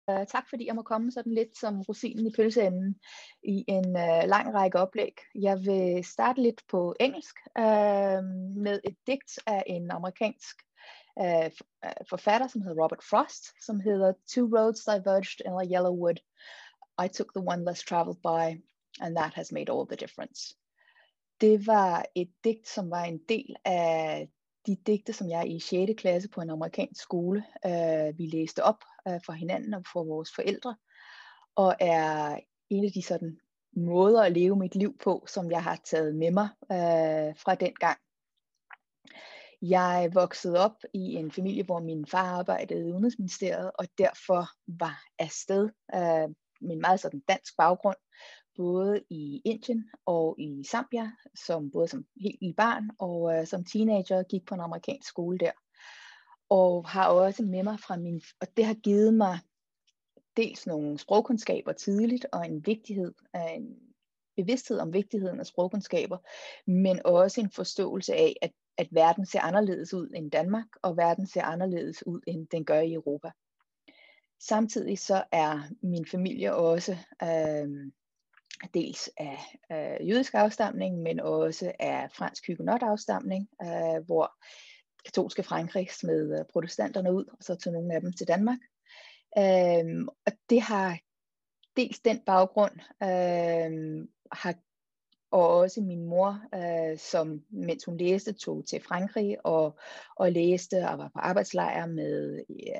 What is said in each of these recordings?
Tak fordi jeg må komme sådan lidt som rosinen i pølseenden i en lang række oplæg. Jeg vil starte lidt på engelsk med et digt af en amerikansk forfatter, som hedder Robert Frost, som hedder Two roads diverged in a yellow wood. I took the one less traveled by, and that has made all the difference. Det var et digt, som var en del af de digte, som jeg i 6. klasse på en amerikansk skole, vi læste op for hinanden og for vores forældre, og er en af de sådan måder at leve mit liv på, som jeg har taget med mig fra den gang. Jeg voksede op i en familie, hvor min far arbejdede i Udenrigsministeriet, og derfor var afsted med en meget sådan dansk baggrund, både i Indien og i Zambia, både som helt lille barn og som teenager gik på en amerikansk skole der. Og har også med mig og det har givet mig dels nogle sprogkundskaber tidligt, og en bevidsthed om vigtigheden af sprogkundskaber, men også en forståelse af, at verden ser anderledes ud end Danmark, og verden ser anderledes ud, end den gør i Europa. Samtidig så er min familie også dels af jødisk afstamning, men også af fransk huguenot-afstamning, hvor katolske Frankrig smed protestanterne ud, og så tog nogle af dem til Danmark. Og det har dels den baggrund, og også min mor, som mens hun læste, tog til Frankrig og læste og var på arbejdslejr med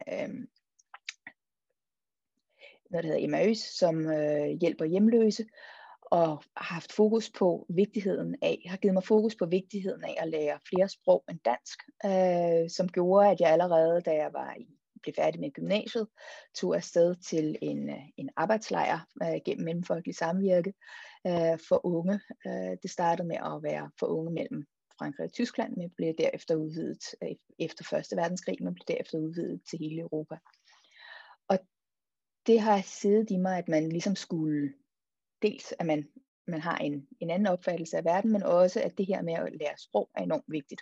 noget, der hedder Emmaus, som hjælper hjemløse, og har givet mig fokus på vigtigheden af at lære flere sprog end dansk, som gjorde, at jeg allerede, da jeg blev færdig med gymnasiet, tog afsted til en arbejdslejr gennem Mellemfolkeligt Samvirke for unge. Det startede med at være for unge mellem Frankrig og Tyskland, men blev derefter udvidet efter 1. verdenskrig, men blev derefter udvidet til hele Europa. Og det har siddet i mig, at man ligesom skulle, dels at man har en anden opfattelse af verden, men også at det her med at lære sprog er enormt vigtigt.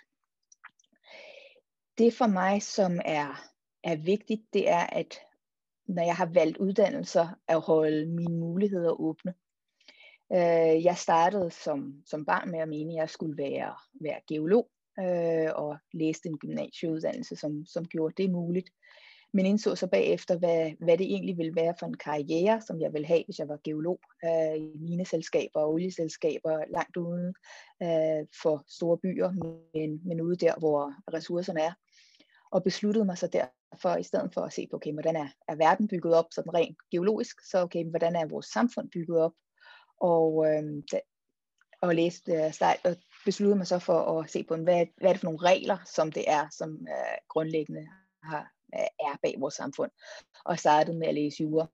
Det for mig, som er vigtigt, det er, at når jeg har valgt uddannelser, at holde mine muligheder åbne. Jeg startede som barn med at mene, at jeg skulle være geolog, og læste en gymnasieuddannelse, som gjorde det muligt. Men indså så bagefter, hvad det egentlig ville være for en karriere, som jeg ville have, hvis jeg var geolog, i mineselskaber og olieselskaber langt uden for store byer, men ude der, hvor ressourcerne er. Og besluttede mig så derfor, i stedet for at se på, okay, hvordan er verden bygget op sådan rent geologisk, så okay, hvordan er vores samfund bygget op, og besluttede mig så for at se på, hvad er det for nogle regler, som det er, som grundlæggende er bag vores samfund, og startede med at læse jura.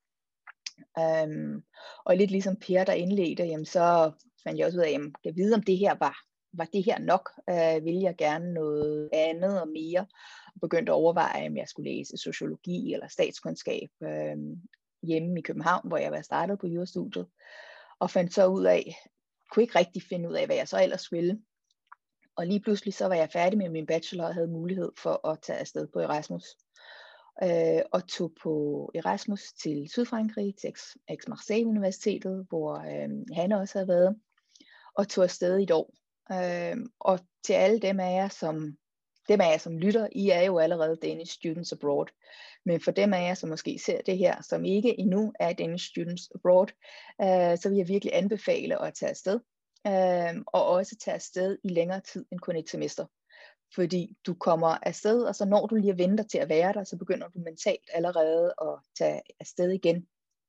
Og lidt ligesom Per, der indledte, jamen så fandt jeg også ud af, jamen, jeg vide, om det her var det her nok, ville jeg gerne noget andet og mere, og begyndte at overveje, om jeg skulle læse sociologi eller statskundskab hjemme i København, hvor jeg var startet på jurastudiet, og fandt så ud af, kunne ikke rigtig finde ud af, hvad jeg så ellers ville. Og lige pludselig så var jeg færdig med min bachelor og havde mulighed for at tage afsted på Erasmus. Og tog på Erasmus til Sydfrankrig, til Aix-Marseille Universitetet, hvor han også havde været, og tog afsted i et år. Og til alle dem af jer, som lytter, I er jo allerede Danish Students Abroad. Men for dem af jer, som måske ser det her, som ikke endnu er Danish Students Abroad, så vil jeg virkelig anbefale at tage afsted. Og også tage afsted i længere tid end kun et semester. Fordi du kommer afsted, og så når du lige at vente til at være der, så begynder du mentalt allerede at tage afsted igen,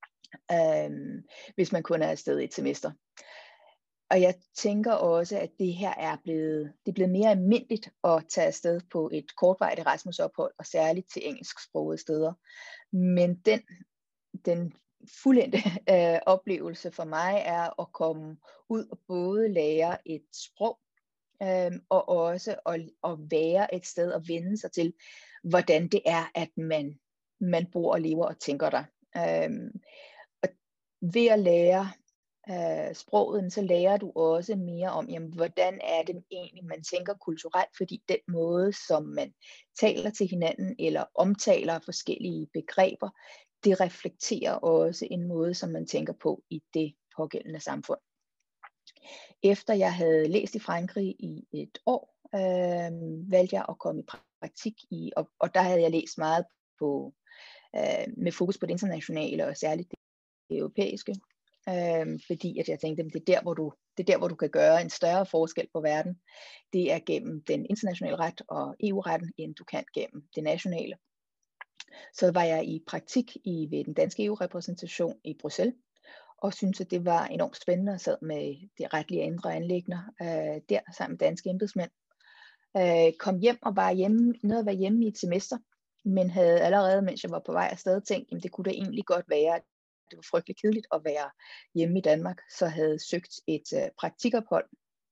hvis man kun er afsted et semester. Og jeg tænker også, at det her er blevet mere almindeligt at tage afsted på et kortvarigt Erasmus-ophold, og særligt til engelsksprogede steder. Men den fuldendte oplevelse for mig er at komme ud og både lære et sprog, og også at være et sted og vende sig til, hvordan det er, at man bor og lever og tænker der. Og ved at lære sproget, så lærer du også mere om, jamen, hvordan er det egentlig, man tænker kulturelt, fordi den måde, som man taler til hinanden, eller omtaler forskellige begreber, det reflekterer også en måde, som man tænker på i det pågældende samfund. Efter jeg havde læst i Frankrig i et år, valgte jeg at komme i praktik og der havde jeg læst meget på, med fokus på det internationale og særligt det europæiske, fordi at jeg tænkte, at det er der, hvor du kan gøre en større forskel på verden. Det er gennem den internationale ret og EU-retten, end du kan gennem det nationale. Så var jeg i praktik ved den danske EU-repræsentation i Bruxelles, og syntes, at det var enormt spændende at sidde med de retlige og indre anliggender der sammen med danske embedsmænd. Kom hjem og var at være hjemme i et semester, men havde allerede, mens jeg var på vej afsted, tænkt, at det kunne da egentlig godt være, at det var frygteligt kedeligt at være hjemme i Danmark, så havde søgt et praktikophold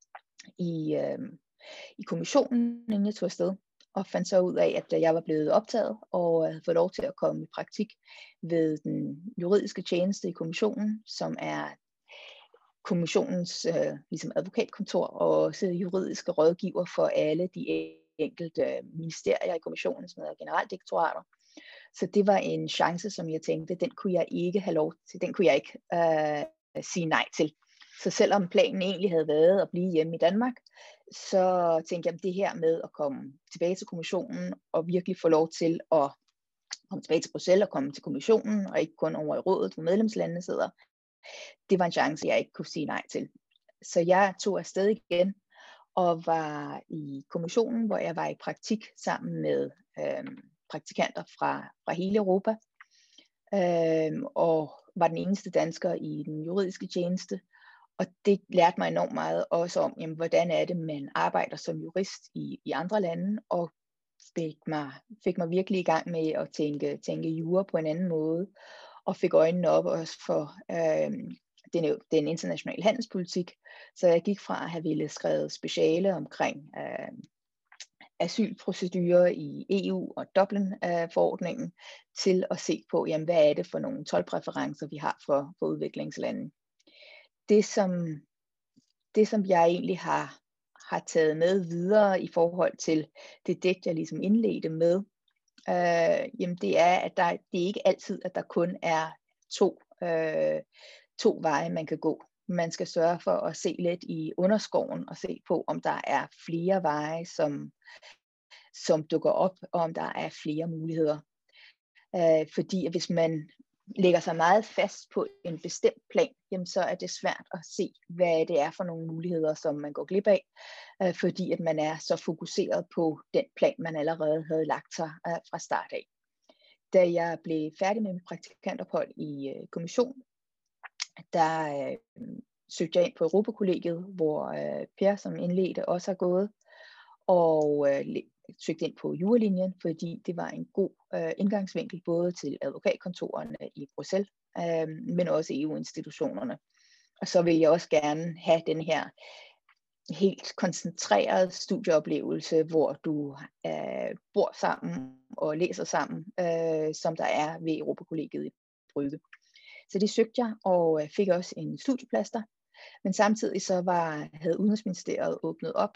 i kommissionen, inden jeg tog afsted, og fandt så ud af, at jeg var blevet optaget og havde fået lov til at komme i praktik ved den juridiske tjeneste i kommissionen, som er kommissionens ligesom advokatkontor og også juridiske rådgiver for alle de enkelte ministerier i kommissionen, som hedder generaldirektorater. Så det var en chance, som jeg tænkte, den kunne jeg ikke have lov til, den kunne jeg ikke sige nej til. Så selvom planen egentlig havde været at blive hjemme i Danmark, så tænkte jeg, at det her med at komme tilbage til kommissionen og virkelig få lov til at komme tilbage til Bruxelles og komme til kommissionen, og ikke kun over i rådet, hvor medlemslandene sidder, det var en chance, jeg ikke kunne sige nej til. Så jeg tog afsted igen og var i kommissionen, hvor jeg var i praktik sammen med praktikanter fra hele Europa, og var den eneste dansker i den juridiske tjeneste. Og det lærte mig enormt meget også om, jamen, hvordan er det, man arbejder som jurist i andre lande, og fik mig virkelig i gang med at tænke jura på en anden måde, og fik øjnene op også for den internationale handelspolitik. Så jeg gik fra at have ville skrevet speciale omkring asylprocedurer i EU og Dublin-forordningen, til at se på, jamen, hvad er det for nogle toldpræferencer, vi har for udviklingslande. Det som jeg egentlig har taget med videre i forhold til det digt, jeg ligesom indledte med, jamen det er, at det er ikke altid, at der kun er to veje, man kan gå. Man skal sørge for at se lidt i underskoven og se på, om der er flere veje, som dukker op, og om der er flere muligheder. Fordi hvis man lægger sig meget fast på en bestemt plan, jamen så er det svært at se, hvad det er for nogle muligheder, som man går glip af, fordi at man er så fokuseret på den plan, man allerede havde lagt sig fra start af. Da jeg blev færdig med mit praktikantophold i kommissionen, der søgte jeg ind på Europakollegiet, hvor Per, som indledte, også har gået, og søgte ind på juralinjen, fordi det var en god indgangsvinkel både til advokatkontorerne i Bruxelles, men også EU-institutionerne. Og så vil jeg også gerne have den her helt koncentrerede studieoplevelse, hvor du bor sammen og læser sammen, som der er ved Europakollegiet i Brugge. Så det søgte jeg, og fik også en studieplads der. Men samtidig så havde Udenrigsministeriet åbnet op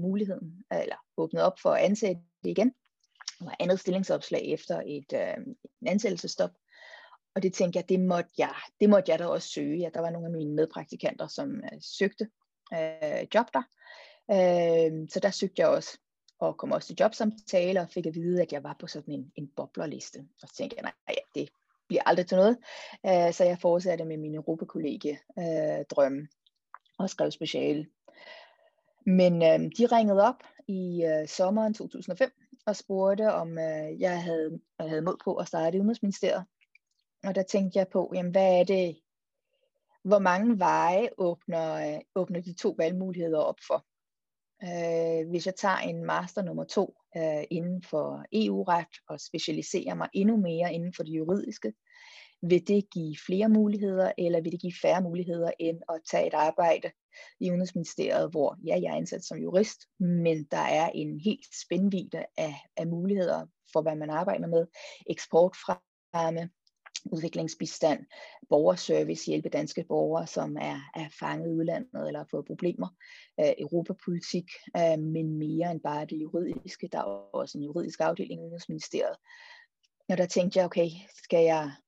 for at ansætte det igen. Der var andet stillingsopslag efter et ansættelsesstop. Og det tænkte jeg, det måtte jeg da også søge. Ja, der var nogle af mine medpraktikanter, som søgte job der. Så der søgte jeg også, og kom også til jobsamtale, og fik at vide, at jeg var på sådan en boblerliste. Og så tænkte jeg, nej, det bliver aldrig til noget. Så jeg fortsatte med mine Europakollegie-drømme og skrev speciale. Men de ringede op i sommeren 2005 og spurgte, om jeg havde mod på at starte i Udenrigsministeriet. Og der tænkte jeg på, jamen, hvad er det, hvor mange veje åbner de to valgmuligheder op for? Hvis jeg tager en master nummer 2 inden for EU-ret og specialiserer mig endnu mere inden for det juridiske, vil det give flere muligheder, eller vil det give færre muligheder end at tage et arbejde i Udenrigsministeriet, hvor jeg er ansat som jurist, men der er en helt spændvidde af muligheder for, hvad man arbejder med. Eksportfremme, udviklingsbistand, borgerservice, hjælpe danske borgere, som er fanget i udlandet eller har fået problemer, europapolitik, men mere end bare det juridiske. Der er også en juridisk afdeling i Udenrigsministeriet. Og der tænkte jeg, okay, skal jeg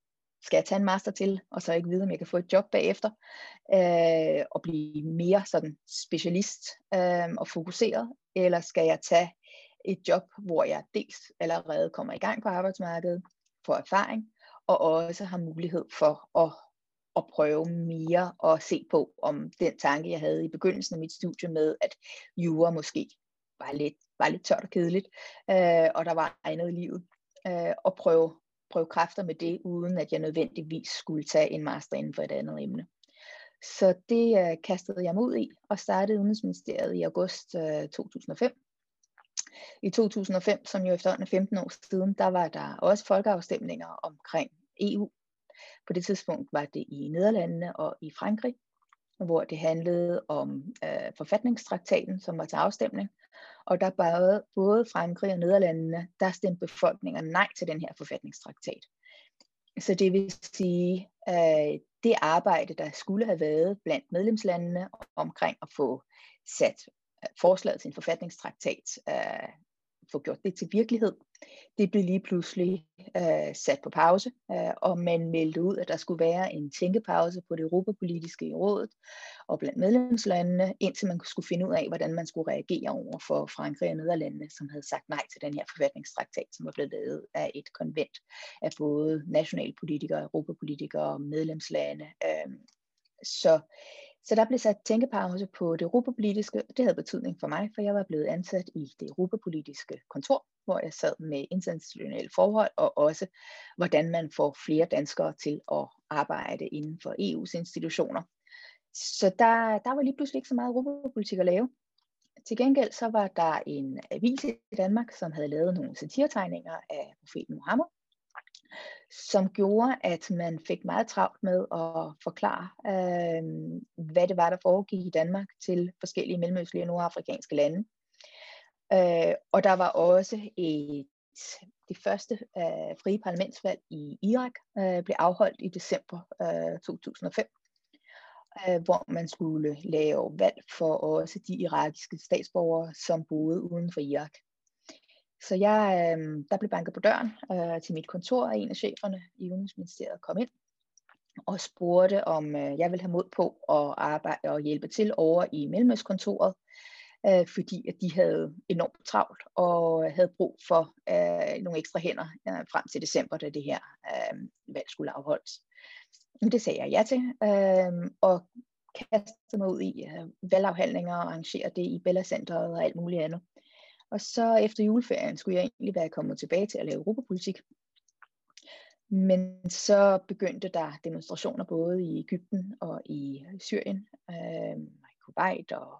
skal jeg tage en master til, og så ikke vide, om jeg kan få et job bagefter, og blive mere sådan specialist og fokuseret, eller skal jeg tage et job, hvor jeg dels allerede kommer i gang på arbejdsmarkedet, får erfaring, og også har mulighed for at prøve mere og se på, om den tanke, jeg havde i begyndelsen af mit studie med, at jura måske var lidt tørt og kedeligt, og der var andet i livet, og prøve kræfter med det, uden at jeg nødvendigvis skulle tage en master inden for et andet emne. Så det kastede jeg mig ud i, og startede Udenrigsministeriet i august 2005. I 2005, som jo efterhånden er 15 år siden, der var der også folkeafstemninger omkring EU. På det tidspunkt var det i Nederlandene og i Frankrig, hvor det handlede om forfatningstraktaten, som var til afstemning. Og der både Frankrig og Nederlandene, der stemte befolkningerne nej til den her forfatningstraktat. Så det vil sige, det arbejde, der skulle have været blandt medlemslandene omkring at få sat forslaget til en forfatningstraktat, få gjort det til virkelighed, det blev lige pludselig sat på pause, og man meldte ud, at der skulle være en tænkepause på det europapolitiske råd og blandt medlemslandene, indtil man skulle finde ud af, hvordan man skulle reagere over for Frankrig og Nederlandene, som havde sagt nej til den her forfatningstraktat, som var blevet lavet af et konvent af både nationale politikere, europapolitikere og medlemslande. Så der blev sat tænkepause på det europapolitiske, og det havde betydning for mig, for jeg var blevet ansat i det europapolitiske kontor, hvor jeg sad med internationale forhold, og også hvordan man får flere danskere til at arbejde inden for EU's institutioner. Så der var lige pludselig ikke så meget europapolitik at lave. Til gengæld så var der en avis i Danmark, som havde lavet nogle satiretegninger af profeten Muhammed, som gjorde, at man fik meget travlt med at forklare, hvad det var, der foregik i Danmark til forskellige mellemøstlige og nordafrikanske lande. Og der var også det første frie parlamentsvalg i Irak, blev afholdt i december 2005, hvor man skulle lave valg for også de irakiske statsborgere, som boede uden for Irak. Så der blev banket på døren til mit kontor, og en af cheferne i Udenrigsministeriet kom ind og spurgte, om jeg ville have mod på at arbejde og hjælpe til over i Mellemøstkontoret, fordi at de havde enormt travlt og havde brug for nogle ekstra hænder frem til december, da det her valg skulle afholdes. Men det sagde jeg ja til, og kastede mig ud i valgafhandlinger og arrangere det i Bella Centeret og alt muligt andet. Og så efter juleferien skulle jeg egentlig være kommet tilbage til at lave europapolitik. Men så begyndte der demonstrationer både i Egypten og i Syrien, i Kuwait og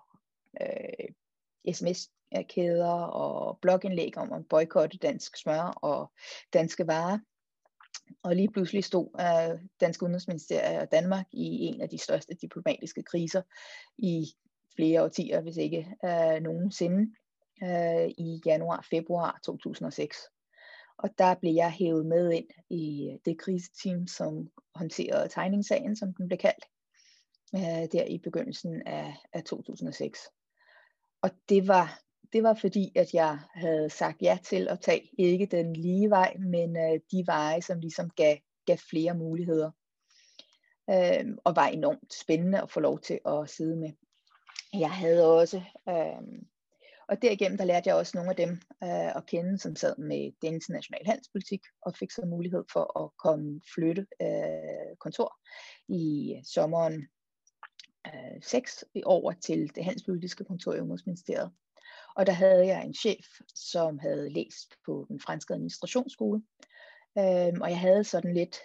sms-kæder og blogindlæg om at boykotte dansk smør og danske varer. Og lige pludselig stod Danske Udenrigsministeriet og Danmark i en af de største diplomatiske kriser i flere årtier, hvis ikke nogensinde, i januar-februar 2006. Og der blev jeg hævet med ind i det kriseteam, som håndterede tegningssagen, som den blev kaldt, der i begyndelsen af 2006. Og det var fordi, at jeg havde sagt ja til at tage ikke den lige vej, men de veje, som ligesom gav flere muligheder. Og var enormt spændende at få lov til at sidde med. Jeg havde også, og derigennem der lærte jeg også nogle af dem at kende, som sad med det internationale handelspolitik, og fik så mulighed for at flytte kontor i sommeren 6 over til det handelspolitiske kontor i Udenrigsministeriet. Og der havde jeg en chef, som havde læst på den franske administrationsskole, og jeg havde sådan lidt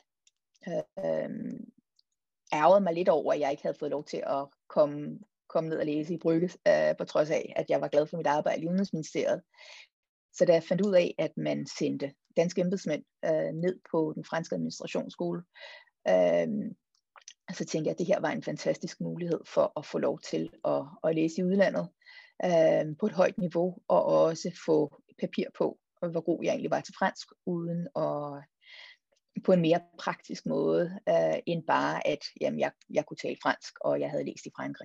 ærget mig lidt over, at jeg ikke havde fået lov til at komme ned og læse i Brygge, på trods af, at jeg var glad for mit arbejde i Udenrigsministeriet. Så da jeg fandt ud af, at man sendte danske embedsmænd ned på den franske administrationsskole, så tænkte jeg, at det her var en fantastisk mulighed for at få lov til at læse i udlandet på et højt niveau, og også få papir på, hvor god jeg egentlig var til fransk, uden at på en mere praktisk måde, end bare at jeg kunne tale fransk, og jeg havde læst i Frankrig.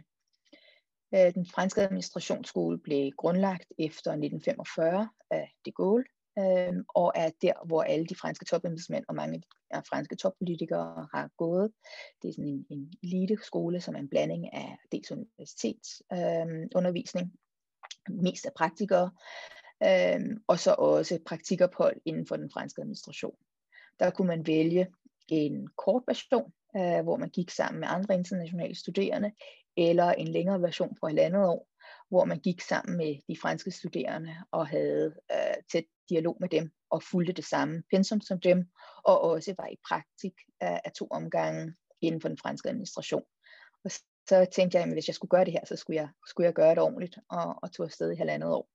Den franske administrationsskole blev grundlagt efter 1945 af de Gaulle, og er der, hvor alle de franske topembedsmænd og mange af franske toppolitikere har gået. Det er sådan en elite-skole, som er en blanding af dels universitetsundervisning, mest af praktikere, og så også praktikophold inden for den franske administration. Der kunne man vælge en kort version, hvor man gik sammen med andre internationale studerende, eller en længere version på 1,5 år, hvor man gik sammen med de franske studerende og havde tæt dialog med dem og fulgte det samme pensum som dem, og også var i praktik af 2 omgange inden for den franske administration. Og så tænkte jeg, at hvis jeg skulle gøre det her, så skulle jeg gøre det ordentligt, og tog afsted i 1,5 år.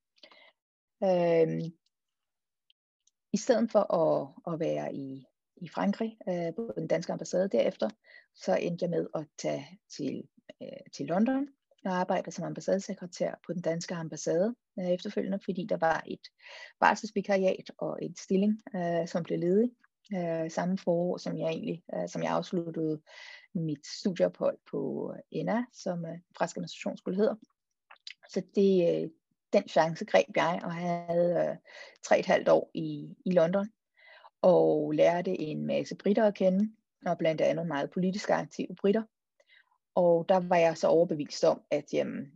I stedet for at være i Frankrig på den danske ambassade derefter, så endte jeg med at tage til London og arbejde som ambassadesekretær på den danske ambassade efterfølgende, fordi der var et barselsvikariat og en stilling, som blev ledig samme forår, som jeg afsluttede mit studieophold på ENA, som fransk administrationsskole hedder. Så den chance greb jeg og havde 3,5 år i London og lærte en masse britter at kende, og blandt andet meget politisk aktive britter. Og der var jeg så overbevist om, at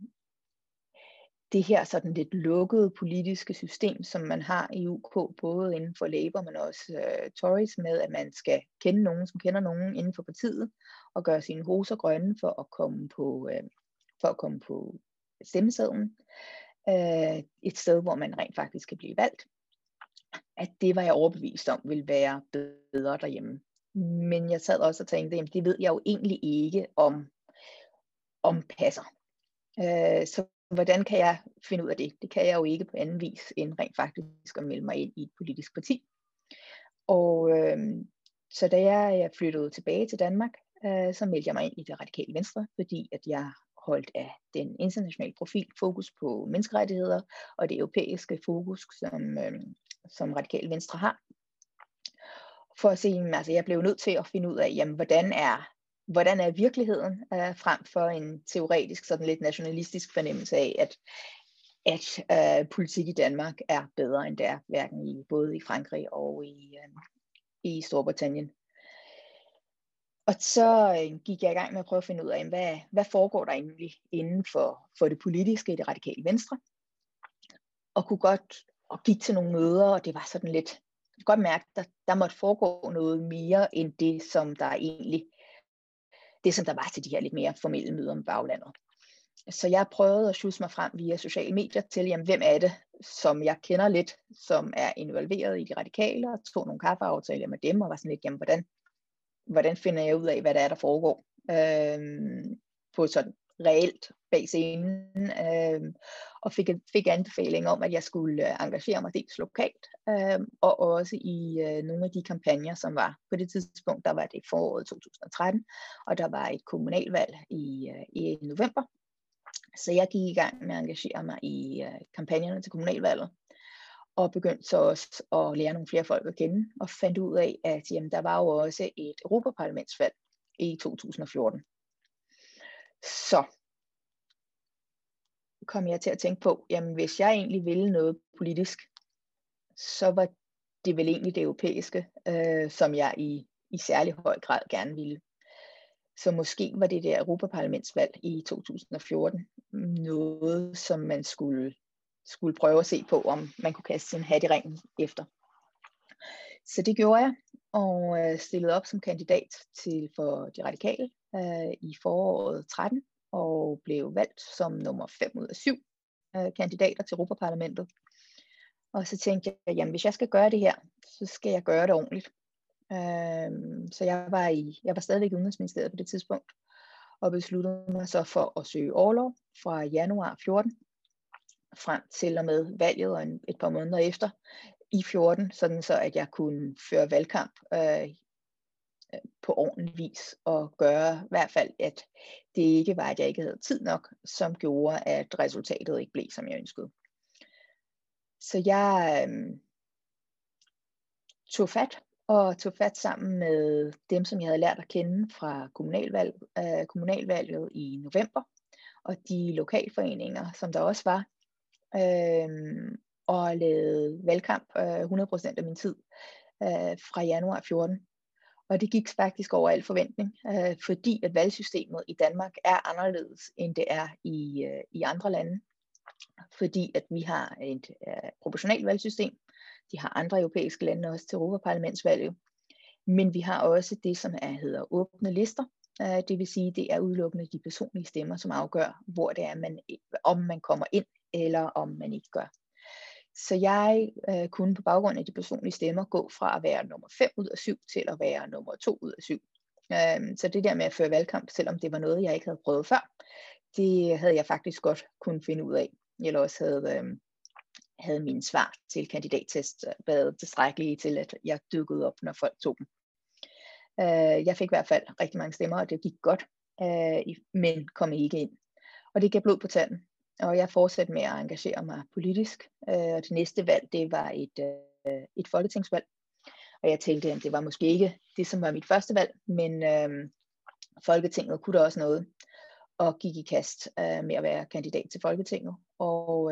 det her sådan lidt lukkede politiske system, som man har i UK, både inden for Labour, men også Tories, med at man skal kende nogen, som kender nogen inden for partiet, og gøre sine hoser grønne for at komme på stemmesedlen. Et sted, hvor man rent faktisk kan blive valgt. At det var jeg overbevist om ville være bedre derhjemme. Men jeg sad også og tænkte, at det ved jeg jo egentlig ikke om passer. Så hvordan kan jeg finde ud af det? Det kan jeg jo ikke på anden vis end rent faktisk at melde mig ind i et politisk parti. Og så da jeg flyttede tilbage til Danmark, så meldte jeg mig ind i det radikale venstre, fordi at jeg holdt af den internationale profil, fokus på menneskerettigheder og det europæiske fokus, som radikale venstre har. For at se, altså jeg blev nødt til at finde ud af, jamen, hvordan er virkeligheden, frem for en teoretisk, sådan lidt nationalistisk fornemmelse af, at politik i Danmark er bedre end det er, hverken både i Frankrig og i Storbritannien. Og så gik jeg i gang med at prøve at finde ud af, hvad foregår der egentlig inden for det politiske i det radikale venstre. Og gik til nogle møder, og det var sådan lidt, jeg kunne godt mærke, at der måtte foregå noget mere end det, som der var til de her lidt mere formelle møder med baglandet. Så jeg prøvede at sjusse mig frem via sociale medier til, jamen, hvem er det, som jeg kender lidt, som er involveret i de radikale, og tog nogle kaffeaftaler med dem, og var sådan lidt, jamen, hvordan finder jeg ud af, hvad der er, der foregår på sådan reelt bag scenen, og fik anbefaling om, at jeg skulle engagere mig dels lokalt, og også i nogle af de kampagner, som var på det tidspunkt. Der var det foråret 2013, og der var et kommunalvalg i november. Så jeg gik i gang med at engagere mig i kampagnerne til kommunalvalget, og begyndte så også at lære nogle flere folk at kende, og fandt ud af, at jamen, der var jo også et europaparlamentsvalg i 2014. Så kom jeg til at tænke på, jamen hvis jeg egentlig ville noget politisk, så var det vel egentlig det europæiske, som jeg i særlig høj grad gerne ville. Så måske var det der europaparlamentsvalg i 2014 noget, som man skulle prøve at se på, om man kunne kaste sin hat i ringen efter. Så det gjorde jeg, og stillede op som kandidat for de radikale i foråret 13, og blev valgt som nummer 5 ud af 7 kandidater til Europaparlamentet. Og så tænkte jeg, jamen hvis jeg skal gøre det her, så skal jeg gøre det ordentligt. Så jeg var stadigvæk i Udenrigsministeriet på det tidspunkt, og besluttede mig så for at søge orlov fra januar 14 frem til og med valget og et par måneder efter i 14, sådan så at jeg kunne føre valgkamp på ordentlig vis, og gøre i hvert fald, at det ikke var, at jeg ikke havde tid nok, som gjorde, at resultatet ikke blev, som jeg ønskede. Så jeg tog fat sammen med dem, som jeg havde lært at kende fra kommunalvalget i november, og de lokalforeninger, som der også var, og lavede valgkamp 100% af min tid fra januar 14. Og det gik faktisk over al forventning, fordi at valgsystemet i Danmark er anderledes, end det er i andre lande. Fordi at vi har et proportionalt valgsystem. De har andre europæiske lande også til Europaparlamentsvalget. Men vi har også det, som hedder åbne lister. Det vil sige, det er udelukkende de personlige stemmer, som afgør, hvor det er, om man kommer ind, eller om man ikke gør. Så jeg kunne på baggrund af de personlige stemmer gå fra at være nummer 5 ud af 7 til at være nummer 2 ud af 7. Så det der med at føre valgkamp, selvom det var noget, jeg ikke havde prøvet før, det havde jeg faktisk godt kunne finde ud af. Eller også havde mine svar til kandidattest været tilstrækkelige til, at jeg dykkede op, når folk tog dem. Jeg fik i hvert fald rigtig mange stemmer, og det gik godt, men kom ikke ind. Og det gav blod på tanden. Og jeg fortsatte med at engagere mig politisk. Og det næste valg, det var et folketingsvalg. Og jeg tænkte, at det var måske ikke det, som var mit første valg, men Folketinget kunne da også noget. Og gik i kast med at være kandidat til Folketinget. Og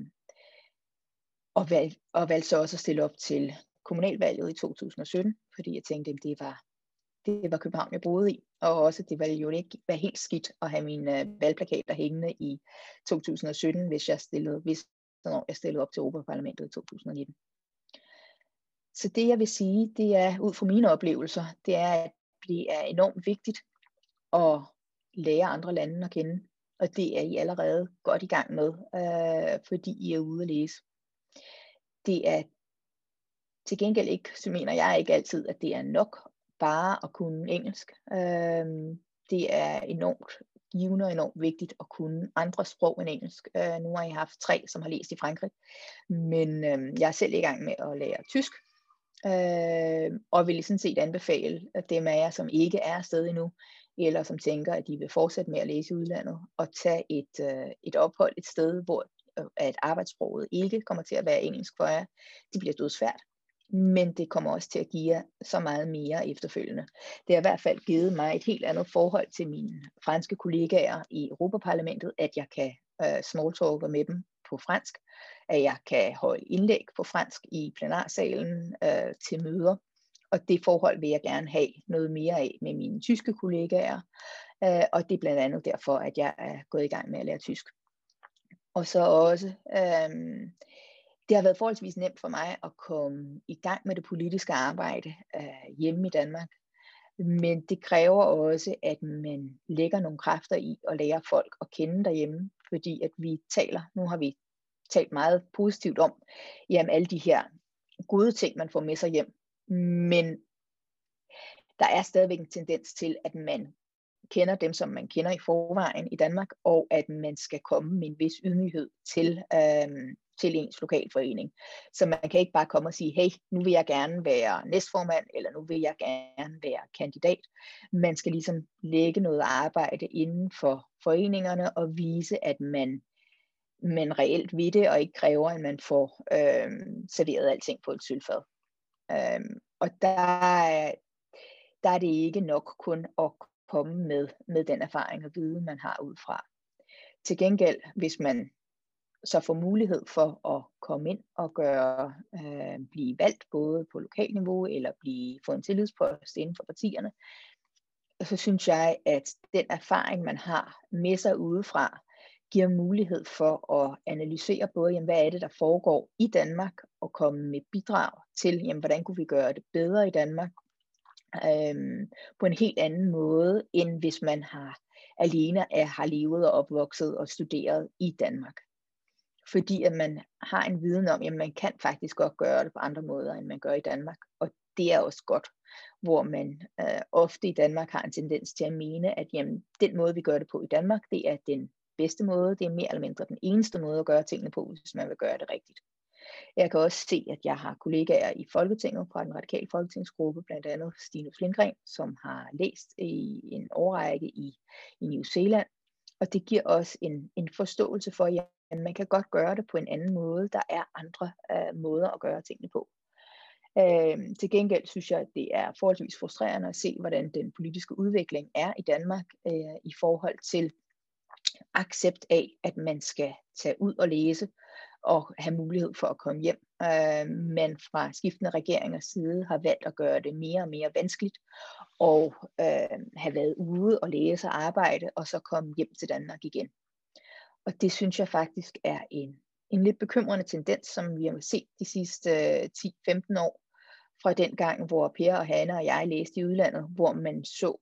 valgte så også at stille op til kommunalvalget i 2017, fordi jeg tænkte, at det var København, jeg boede i, og også det ville jo ikke være helt skidt at have mine valgplakater hængende i 2017, hvis jeg stillede op til Europaparlamentet i 2019. Så det jeg vil sige, det er ud fra mine oplevelser, det er, at det er enormt vigtigt at lære andre lande at kende, og det er I allerede godt i gang med, fordi I er ude at læse. Det er til gengæld ikke, så mener jeg ikke altid, at det er nok bare at kunne engelsk. Det er enormt givende og enormt vigtigt at kunne andre sprog end engelsk. Nu har jeg haft 3, som har læst i Frankrig, men jeg er selv i gang med at lære tysk, og vil sådan set anbefale at dem af jer, som ikke er afsted endnu, eller som tænker, at de vil fortsætte med at læse i udlandet, og tage et ophold et sted, hvor at arbejdssproget ikke kommer til at være engelsk for jer. Det bliver dødsvært. Men det kommer også til at give jer så meget mere efterfølgende. Det har i hvert fald givet mig et helt andet forhold til mine franske kollegaer i Europaparlamentet, at jeg kan smalltalke med dem på fransk, at jeg kan holde indlæg på fransk i plenarsalen til møder, og det forhold vil jeg gerne have noget mere af med mine tyske kollegaer, og det er blandt andet derfor, at jeg er gået i gang med at lære tysk. Og så også det har været forholdsvis nemt for mig at komme i gang med det politiske arbejde hjemme i Danmark. Men det kræver også, at man lægger nogle kræfter i at lære folk at kende derhjemme. Fordi at nu har vi talt meget positivt om alle de her gode ting, man får med sig hjem. Men der er stadigvæk en tendens til, at man kender dem, som man kender i forvejen i Danmark, og at man skal komme med en vis ydmyghed til ens lokalforening. Så man kan ikke bare komme og sige, hey, nu vil jeg gerne være næstformand, eller nu vil jeg gerne være kandidat. Man skal ligesom lægge noget arbejde inden for foreningerne og vise, at man reelt vil det, og ikke kræver, at man får serveret alting på et sølvfad. Og der er det ikke nok kun at komme med den erfaring og viden, man har udefra. Til gengæld, hvis man så får mulighed for at komme ind og blive valgt både på lokalniveau eller få en tillidspost inden for partierne, så synes jeg, at den erfaring, man har med sig udefra, giver mulighed for at analysere både, hvad er det, der foregår i Danmark, og komme med bidrag til, hvordan kunne vi gøre det bedre i Danmark, på en helt anden måde, end hvis man alene har levet og opvokset og studeret i Danmark. Fordi at man har en viden om, at man kan faktisk godt gøre det på andre måder, end man gør i Danmark. Og det er også godt, hvor man ofte i Danmark har en tendens til at mene, at den måde, vi gør det på i Danmark, det er den bedste måde. Det er mere eller mindre den eneste måde at gøre tingene på, hvis man vil gøre det rigtigt. Jeg kan også se, at jeg har kollegaer i Folketinget fra den radikale folketingsgruppe, blandt andet Stinus Lindgren, som har læst i en årrække i New Zealand. Og det giver også en forståelse for, at man kan godt gøre det på en anden måde. Der er andre måder at gøre tingene på. Til gengæld synes jeg, at det er forholdsvis frustrerende at se, hvordan den politiske udvikling er i Danmark i forhold til accept af, at man skal tage ud og læse, og have mulighed for at komme hjem. Men fra skiftende regeringers side har valgt at gøre det mere og mere vanskeligt og have været ude og læse og arbejde, og så komme hjem til Danmark igen. Og det synes jeg faktisk er en lidt bekymrende tendens, som vi har set de sidste 10-15 år, fra den gang, hvor Per og Hanne og jeg læste i udlandet, hvor man så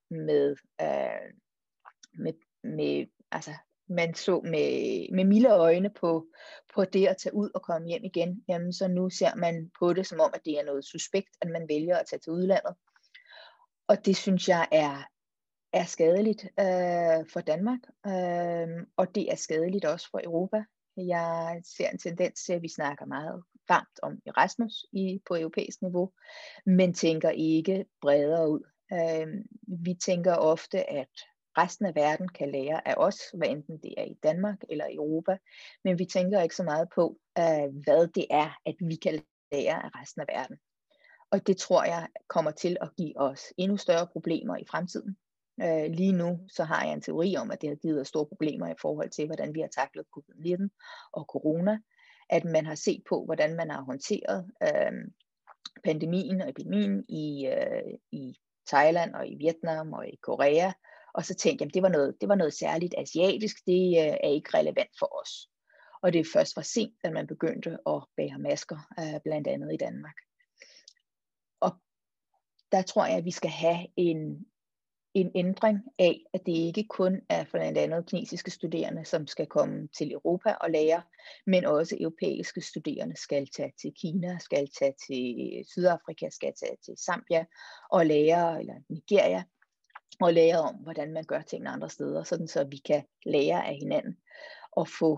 med milde øjne på det at tage ud og komme hjem igen. Jamen, så nu ser man på det som om, at det er noget suspekt, at man vælger at tage til udlandet. Og det synes jeg er skadeligt for Danmark, og det er skadeligt også for Europa. Jeg ser en tendens til, at vi snakker meget varmt om Erasmus på europæisk niveau, men tænker ikke bredere ud. Vi tænker ofte, at resten af verden kan lære af os, hvad enten det er i Danmark eller i Europa, men vi tænker ikke så meget på, hvad det er, at vi kan lære af resten af verden. Og det tror jeg kommer til at give os endnu større problemer i fremtiden. Lige nu så har jeg en teori om, at det har givet os store problemer i forhold til, hvordan vi har taklet COVID-19 og corona. At man har set på, hvordan man har håndteret pandemien og epidemien i Thailand og i Vietnam og i Korea. Og så tænkte jeg, at det var noget særligt asiatisk, det er ikke relevant for os. Og det er først for sent, at man begyndte at bære masker, blandt andet i Danmark. Og der tror jeg, at vi skal have en ændring af, at det ikke kun er blandt andet kinesiske studerende, som skal komme til Europa og lære, men også europæiske studerende skal tage til Kina, skal tage til Sydafrika, skal tage til Zambia og lære, eller Nigeria, og lære om, hvordan man gør tingene andre steder, sådan så vi kan lære af hinanden og få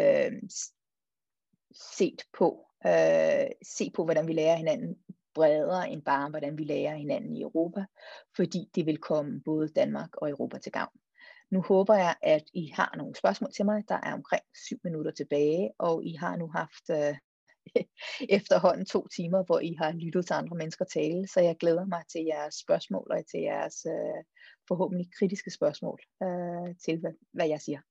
se på, hvordan vi lærer hinanden bredere end bare, hvordan vi lærer hinanden i Europa, fordi det vil komme både Danmark og Europa til gavn. Nu håber jeg, at I har nogle spørgsmål til mig. Der er omkring 7 minutter tilbage, og I har nu haft efterhånden 2 timer, hvor I har lyttet til andre mennesker tale, så jeg glæder mig til jeres spørgsmål og til jeres forhåbentlig kritiske spørgsmål til, hvad jeg siger.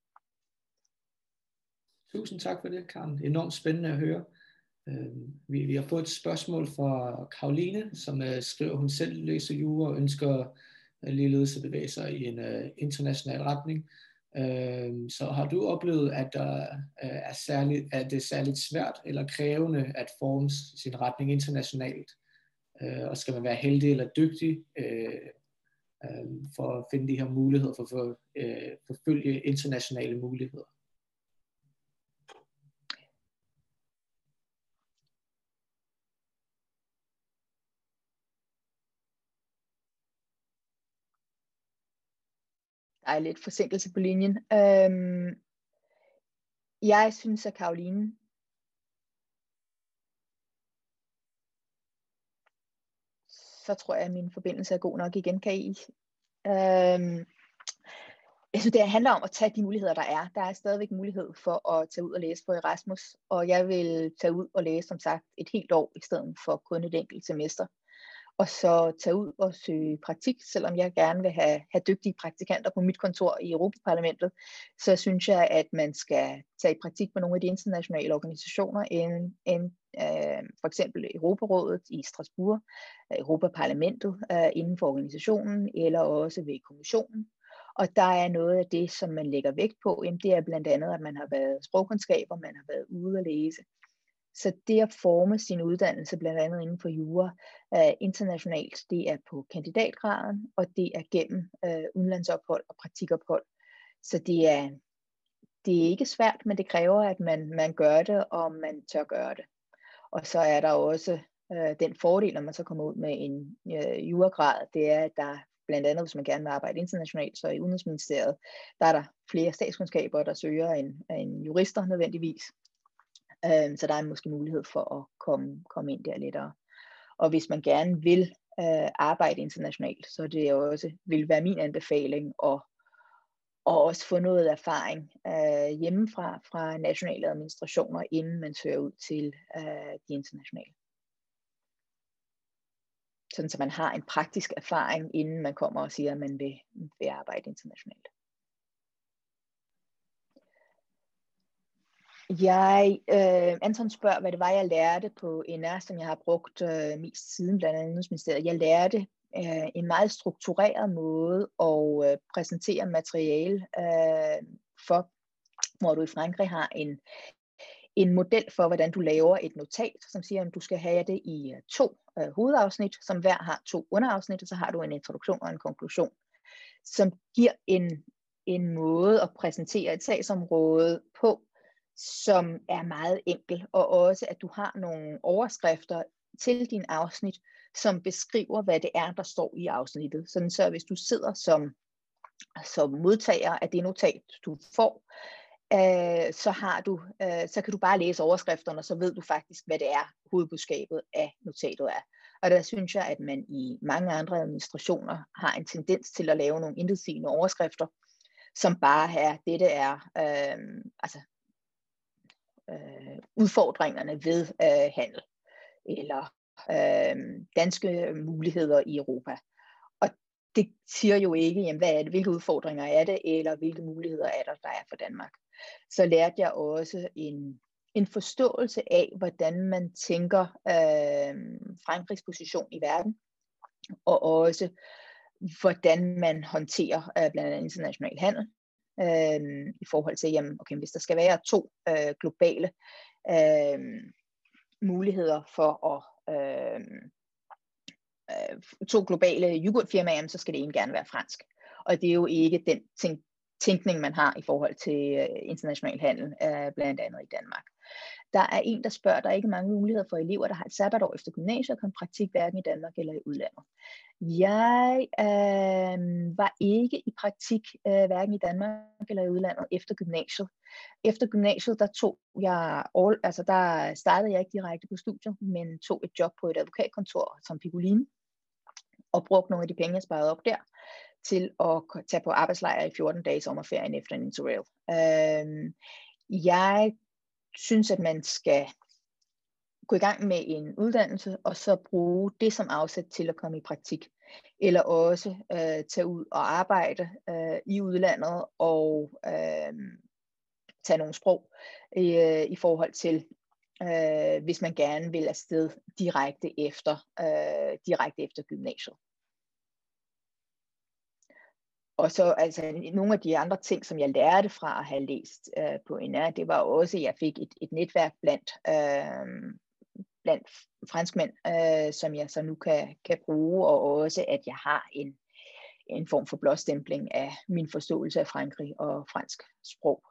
Tusind tak for det, Karen. Enormt spændende at høre. Vi har fået et spørgsmål fra Karoline, som skriver, at hun selv læser jura og ønsker ligeledes at bevæge sig i en international retning. Så har du oplevet, at det er særligt svært eller krævende at forme sin retning internationalt? Og skal man være heldig eller dygtig for at finde de her muligheder, for at forfølge internationale muligheder? Der er lidt forsinkelse på linjen. Jeg synes, at Karoline så tror jeg, at min forbindelse er god nok igen. Kan I? Jeg synes, det handler om at tage de muligheder, der er. Der er stadigvæk mulighed for at tage ud og læse på Erasmus, og jeg vil tage ud og læse, som sagt, et helt år, i stedet for kun et enkelt semester. Og så tage ud og søge praktik, selvom jeg gerne vil have dygtige praktikanter på mit kontor i Europaparlamentet, så synes jeg, at man skal tage praktik på nogle af de internationale organisationer, for eksempel Europarådet i Strasbourg, Europaparlamentet inden for organisationen, eller også ved kommissionen. Og der er noget af det, som man lægger vægt på, det er blandt andet, at man har været sprogkundskaber, man har været ude at læse. Så det at forme sin uddannelse, blandt andet inden for jura, internationalt, det er på kandidatgraden, og det er gennem udenlandsophold og praktikophold. Så det er ikke svært, men det kræver, at man gør det, og man tør gøre det. Og så er der også den fordel, når man så kommer ud med en juragrad, det er, at der blandt andet, hvis man gerne vil arbejde internationalt, så i Udenrigsministeriet, der er der flere statskundskaber, der søger en jurister nødvendigvis. Så der er måske mulighed for at komme ind der lettere. Og hvis man gerne vil arbejde internationalt, så det også vil være min anbefaling at også få noget erfaring hjemmefra fra nationale administrationer, inden man søger ud til de internationale. Sådan så man har en praktisk erfaring, inden man kommer og siger, at man vil arbejde internationalt. Anton spørger, hvad det var, jeg lærte på NR, som jeg har brugt mest siden blandt andet Udenrigsministeriet. Jeg lærte en meget struktureret måde at præsentere materiale for, hvor du i Frankrig har en model for, hvordan du laver et notat, som siger, at du skal have det i 2 hovedafsnit, som hver har 2 underafsnit, og så har du en introduktion og en konklusion, som giver en måde at præsentere et sagsområde på, som er meget enkel, og også at du har nogle overskrifter til din afsnit, som beskriver, hvad det er, der står i afsnittet. Sådan så hvis du sidder som modtager af det notat, du får, så kan du bare læse overskrifterne, og så ved du faktisk, hvad det er, hovedbudskabet af notatet er. Og der synes jeg, at man i mange andre administrationer har en tendens til at lave nogle intetsigende overskrifter, som bare er, dette er udfordringerne ved handel, eller danske muligheder i Europa. Og det siger jo ikke, jamen, hvad er det, hvilke udfordringer er det, eller hvilke muligheder er der er for Danmark. Så lærte jeg også en forståelse af, hvordan man tænker Frankrigs position i verden, og også hvordan man håndterer blandt andet international handel, i forhold til, jamen, okay, hvis der skal være 2 globale muligheder for at 2 globale yoghurtfirmaer, så skal det ene gerne være fransk. Og det er jo ikke den tænkning, man har i forhold til international handel, blandt andet i Danmark. Der er en, der spørger, der er ikke mange muligheder for elever, der har et sabbatår efter gymnasiet og kan praktik hverken i Danmark eller i udlandet. Jeg var ikke i praktik hverken i Danmark eller i udlandet efter gymnasiet. Efter gymnasiet, der startede jeg ikke direkte på studiet, men tog et job på et advokatkontor som piccolini, og brugte nogle af de penge, jeg sparede op der, til at tage på arbejdslejr i 14 dage sommerferien efter en interrail. Jeg synes, at man skal gå i gang med en uddannelse, og så bruge det som afsæt til at komme i praktik. Eller også tage ud og arbejde i udlandet og tage nogle sprog i forhold til, hvis man gerne vil afsted direkte efter gymnasiet. Og så altså nogle af de andre ting, som jeg lærte fra at have læst på NR, det var også, at jeg fik et netværk blandt franskmænd, som jeg så nu kan bruge, og også at jeg har en form for blåstempling af min forståelse af Frankrig og fransk sprog,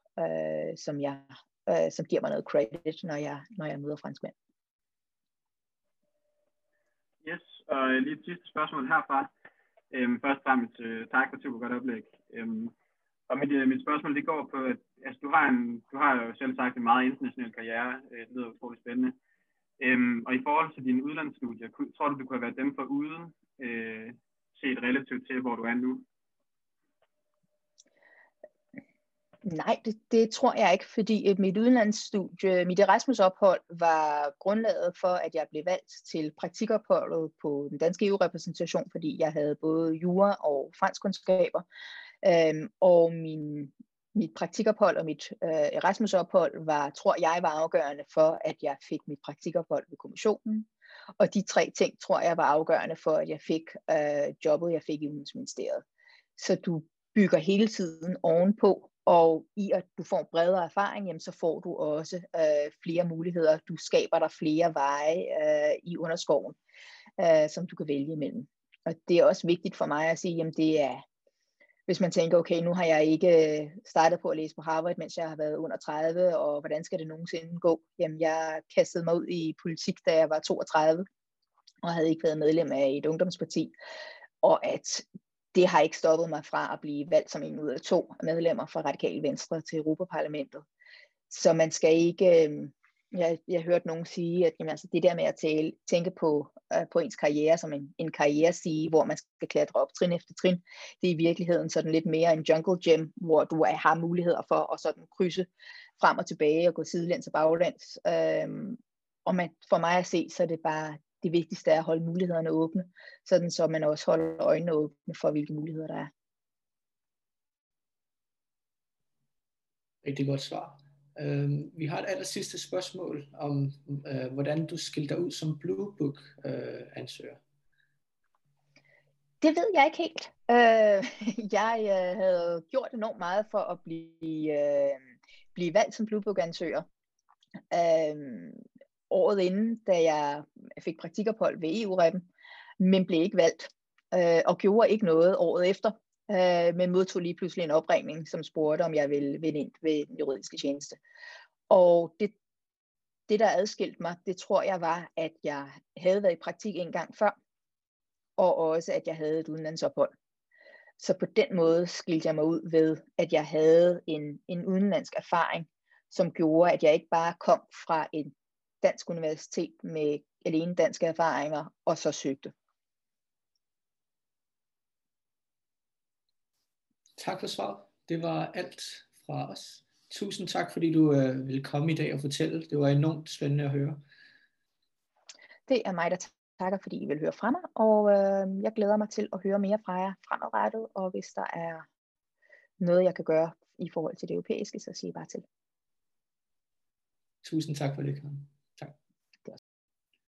som giver mig noget credit, når jeg møder franskmænd. Yes, og lige et sidste spørgsmål herfra. Først og fremmest tak for et super godt oplæg. Og mit spørgsmål det går på, at altså, du har jo selv sagt en meget international karriere, det lyder utroligt spændende. Og i forhold til dine udlandsstudier, tror du kunne have været dem for uden set relativt til, hvor du er nu? Nej, det tror jeg ikke, fordi mit udlandsstudie, mit Erasmus-ophold var grundlaget for, at jeg blev valgt til praktikopholdet på den danske EU-repræsentation, fordi jeg havde både jura og franskkundskaber. Og mit praktikophold og mit Erasmus-ophold tror jeg var afgørende for, at jeg fik mit praktikophold ved kommissionen. Og de 3 ting tror jeg var afgørende for, at jeg fik jobbet, jeg fik i Udenrigsministeriet. Så du bygger hele tiden ovenpå, og i at du får bredere erfaring, jamen, så får du også flere muligheder. Du skaber der flere veje i underskoven, som du kan vælge imellem. Og det er også vigtigt for mig at sige, jamen det er, hvis man tænker, okay, nu har jeg ikke startet på at læse på Harvard, mens jeg har været under 30, og hvordan skal det nogensinde gå? Jamen jeg kastede mig ud i politik, da jeg var 32, og havde ikke været medlem af et ungdomsparti. Og at det har ikke stoppet mig fra at blive valgt som en ud af 2 medlemmer fra Radikale Venstre til Europaparlamentet. Så man skal ikke, jeg hørte nogen sige, at jamen, altså, det der med at tænke på ens karriere som en karrierestige, hvor man skal klatre op trin efter trin, det er i virkeligheden sådan lidt mere en jungle gym, hvor du har muligheder for at sådan krydse frem og tilbage og gå sidelæns og baglæns. Og for mig at se, så er det bare det vigtigste er at holde mulighederne åbne, sådan så man også holder øjnene åbne for, hvilke muligheder der er. Rigtig godt svar. Vi har et aller sidste spørgsmål om, hvordan du skilte dig ud som Blue Book ansøger. Det ved jeg ikke helt. Jeg havde gjort enormt meget for at blive valgt som Blue Book ansøger. Året inden, da jeg fik praktikophold ved EU-reppen, men blev ikke valgt og gjorde ikke noget året efter, men modtog lige pludselig en opringning, som spurgte, om jeg ville vinde ind ved den juridiske tjeneste. Og det der adskilte mig, det tror jeg var, at jeg havde været i praktik en gang før, og også at jeg havde et udenlandsophold. Så på den måde skilte jeg mig ud ved, at jeg havde en udenlandsk erfaring, som gjorde, at jeg ikke bare kom fra et dansk universitet med alene danske erfaringer, og så søgte. Tak for svaret. Det var alt fra os. Tusind tak, fordi du ville komme i dag og fortælle. Det var enormt spændende at høre. Det er mig, der takker, fordi I vil høre fra mig, og jeg glæder mig til at høre mere fra jer fremadrettet, og hvis der er noget, jeg kan gøre i forhold til det europæiske, så sig bare til. Tusind tak for det, Karen.